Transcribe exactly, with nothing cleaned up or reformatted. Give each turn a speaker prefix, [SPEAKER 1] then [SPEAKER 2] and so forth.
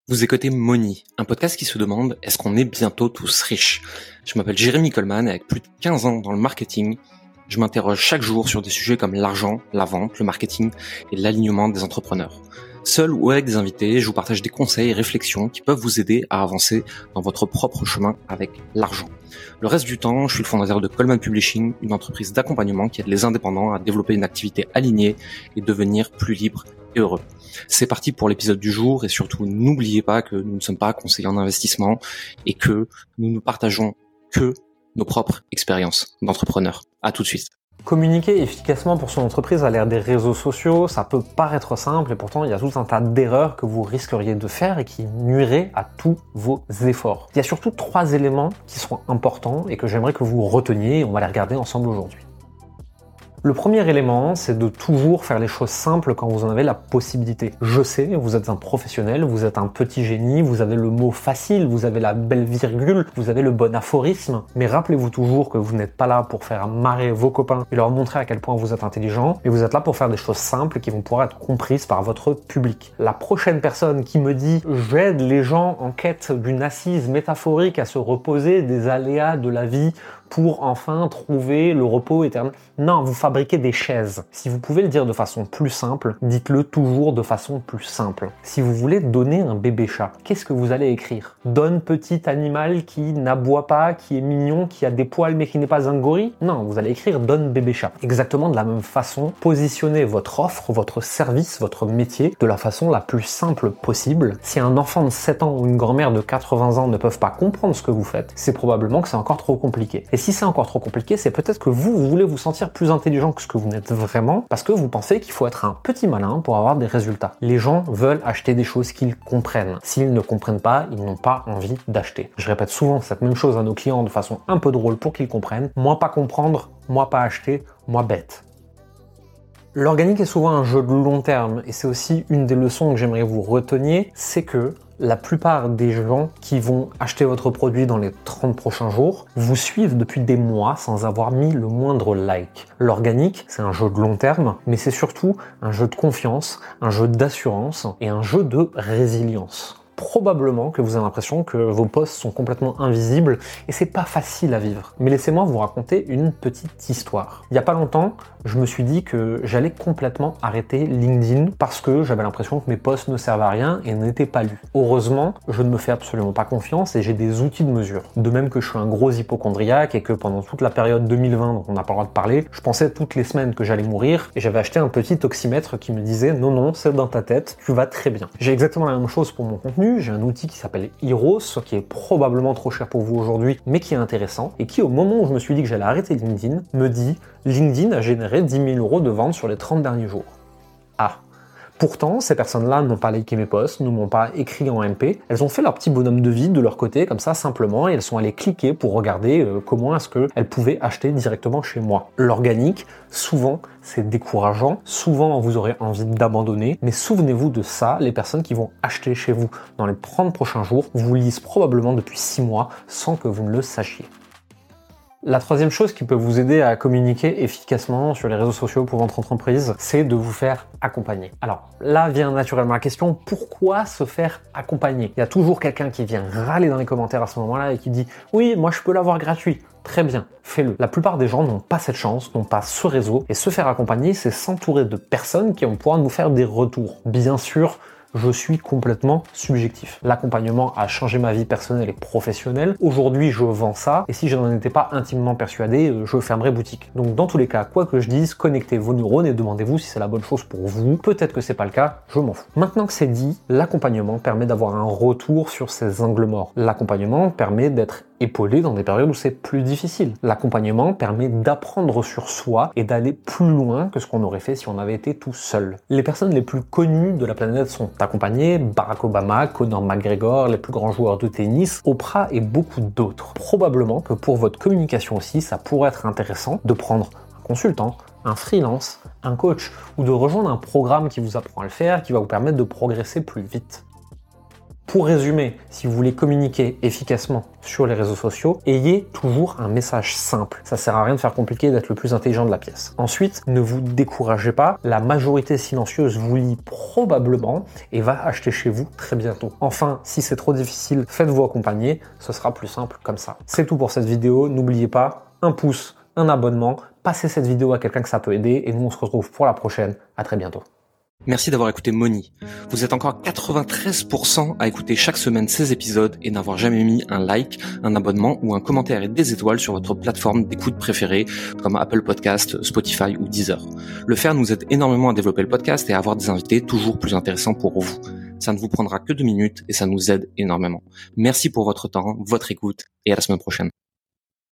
[SPEAKER 1] Vous écoutez Money, un podcast qui se demande est-ce qu'on est bientôt tous riches? Je m'appelle Jérémy Coleman et avec plus de quinze ans dans le marketing, je m'interroge chaque jour sur des sujets comme l'argent, la vente, le marketing et l'alignement des entrepreneurs. Seul ou avec des invités, je vous partage des conseils et réflexions qui peuvent vous aider à avancer dans votre propre chemin avec l'argent. Le reste du temps, je suis le fondateur de Coleman Publishing, une entreprise d'accompagnement qui aide les indépendants à développer une activité alignée et devenir plus libre et heureux. C'est parti pour l'épisode du jour et surtout n'oubliez pas que nous ne sommes pas conseillers en investissement et que nous ne partageons que nos propres expériences d'entrepreneurs. À tout de suite.
[SPEAKER 2] Communiquer efficacement pour son entreprise à l'ère des réseaux sociaux, ça peut paraître simple et pourtant il y a tout un tas d'erreurs que vous risqueriez de faire et qui nuiraient à tous vos efforts. Il y a surtout trois éléments qui sont importants et que j'aimerais que vous reteniez et on va les regarder ensemble aujourd'hui. Le premier élément, c'est de toujours faire les choses simples quand vous en avez la possibilité. Je sais, vous êtes un professionnel, vous êtes un petit génie, vous avez le mot facile, vous avez la belle virgule, vous avez le bon aphorisme, mais rappelez-vous toujours que vous n'êtes pas là pour faire marrer vos copains et leur montrer à quel point vous êtes intelligent, mais vous êtes là pour faire des choses simples qui vont pouvoir être comprises par votre public. La prochaine personne qui me dit « j'aide les gens en quête d'une assise métaphorique à se reposer des aléas de la vie », pour enfin trouver le repos éternel. Non, vous fabriquez des chaises. Si vous pouvez le dire de façon plus simple, dites-le toujours de façon plus simple. Si vous voulez donner un bébé chat, qu'est-ce que vous allez écrire? Donne petit animal qui n'aboie pas, qui est mignon, qui a des poils mais qui n'est pas un gorille? Non, vous allez écrire donne bébé chat. Exactement de la même façon, positionnez votre offre, votre service, votre métier de la façon la plus simple possible. Si un enfant de sept ans ou une grand-mère de quatre-vingts ans ne peuvent pas comprendre ce que vous faites, c'est probablement que c'est encore trop compliqué. Et si c'est encore trop compliqué, c'est peut-être que vous, vous voulez vous sentir plus intelligent que ce que vous n'êtes vraiment, parce que vous pensez qu'il faut être un petit malin pour avoir des résultats. Les gens veulent acheter des choses qu'ils comprennent. S'ils ne comprennent pas, ils n'ont pas envie d'acheter. Je répète souvent cette même chose à nos clients de façon un peu drôle pour qu'ils comprennent. Moi pas comprendre, moi pas acheter, moi bête. L'organique est souvent un jeu de long terme, et c'est aussi une des leçons que j'aimerais vous reteniez, c'est que la plupart des gens qui vont acheter votre produit dans les trente prochains jours vous suivent depuis des mois sans avoir mis le moindre like. L'organique, c'est un jeu de long terme, mais c'est surtout un jeu de confiance, un jeu d'assurance et un jeu de résilience. Probablement que vous avez l'impression que vos posts sont complètement invisibles et c'est pas facile à vivre. Mais laissez-moi vous raconter une petite histoire. Il y a pas longtemps, je me suis dit que j'allais complètement arrêter LinkedIn parce que j'avais l'impression que mes posts ne servaient à rien et n'étaient pas lus. Heureusement, je ne me fais absolument pas confiance et j'ai des outils de mesure. De même que je suis un gros hypocondriaque et que pendant toute la période deux mille vingt dont on n'a pas le droit de parler, je pensais toutes les semaines que j'allais mourir et j'avais acheté un petit oxymètre qui me disait non non, c'est dans ta tête, tu vas très bien. J'ai exactement la même chose pour mon contenu. J'ai un outil qui s'appelle Heroes, qui est probablement trop cher pour vous aujourd'hui, mais qui est intéressant, et qui, au moment où je me suis dit que j'allais arrêter LinkedIn, me dit « LinkedIn a généré dix mille euros de ventes sur les trente derniers jours. » Ah. Pourtant, ces personnes-là n'ont pas liké mes posts, ne m'ont pas écrit en M P. Elles ont fait leur petit bonhomme de vie de leur côté, comme ça, simplement, et elles sont allées cliquer pour regarder euh, comment est-ce qu'elles pouvaient acheter directement chez moi. L'organique, souvent, c'est décourageant. Souvent, vous aurez envie d'abandonner. Mais souvenez-vous de ça, les personnes qui vont acheter chez vous dans les trente prochains jours vous lisent probablement depuis six mois sans que vous ne le sachiez. La troisième chose qui peut vous aider à communiquer efficacement sur les réseaux sociaux pour votre entreprise, c'est de vous faire accompagner. Alors là vient naturellement la question, pourquoi se faire accompagner? Il y a toujours quelqu'un qui vient râler dans les commentaires à ce moment-là et qui dit « Oui, moi je peux l'avoir gratuit ». Très bien, fais-le. La plupart des gens n'ont pas cette chance, n'ont pas ce réseau, et se faire accompagner, c'est s'entourer de personnes qui vont pouvoir nous faire des retours. Bien sûr, je suis complètement subjectif. L'accompagnement a changé ma vie personnelle et professionnelle. Aujourd'hui, je vends ça, et si je n'en étais pas intimement persuadé, je fermerais boutique. Donc dans tous les cas, quoi que je dise, connectez vos neurones et demandez-vous si c'est la bonne chose pour vous. Peut-être que c'est pas le cas, je m'en fous. Maintenant que c'est dit, l'accompagnement permet d'avoir un retour sur ces angles morts. L'accompagnement permet d'être épaulé dans des périodes où c'est plus difficile. L'accompagnement permet d'apprendre sur soi et d'aller plus loin que ce qu'on aurait fait si on avait été tout seul. Les personnes les plus connues de la planète sont accompagnées, Barack Obama, Conor McGregor, les plus grands joueurs de tennis, Oprah et beaucoup d'autres. Probablement que pour votre communication aussi, ça pourrait être intéressant de prendre un consultant, un freelance, un coach ou de rejoindre un programme qui vous apprend à le faire, qui va vous permettre de progresser plus vite. Pour résumer, si vous voulez communiquer efficacement sur les réseaux sociaux, ayez toujours un message simple. Ça sert à rien de faire compliqué, d'être le plus intelligent de la pièce. Ensuite, ne vous découragez pas. La majorité silencieuse vous lit probablement et va acheter chez vous très bientôt. Enfin, si c'est trop difficile, faites-vous accompagner. Ce sera plus simple comme ça. C'est tout pour cette vidéo. N'oubliez pas, un pouce, un abonnement. Passez cette vidéo à quelqu'un que ça peut aider et nous on se retrouve pour la prochaine. À très bientôt.
[SPEAKER 1] Merci d'avoir écouté Money. Vous êtes encore quatre-vingt-treize pour cent à écouter chaque semaine ces épisodes et n'avoir jamais mis un like, un abonnement ou un commentaire et des étoiles sur votre plateforme d'écoute préférée comme Apple Podcast, Spotify ou Deezer. Le faire nous aide énormément à développer le podcast et à avoir des invités toujours plus intéressants pour vous. Ça ne vous prendra que deux minutes et ça nous aide énormément. Merci pour votre temps, votre écoute et à la semaine prochaine.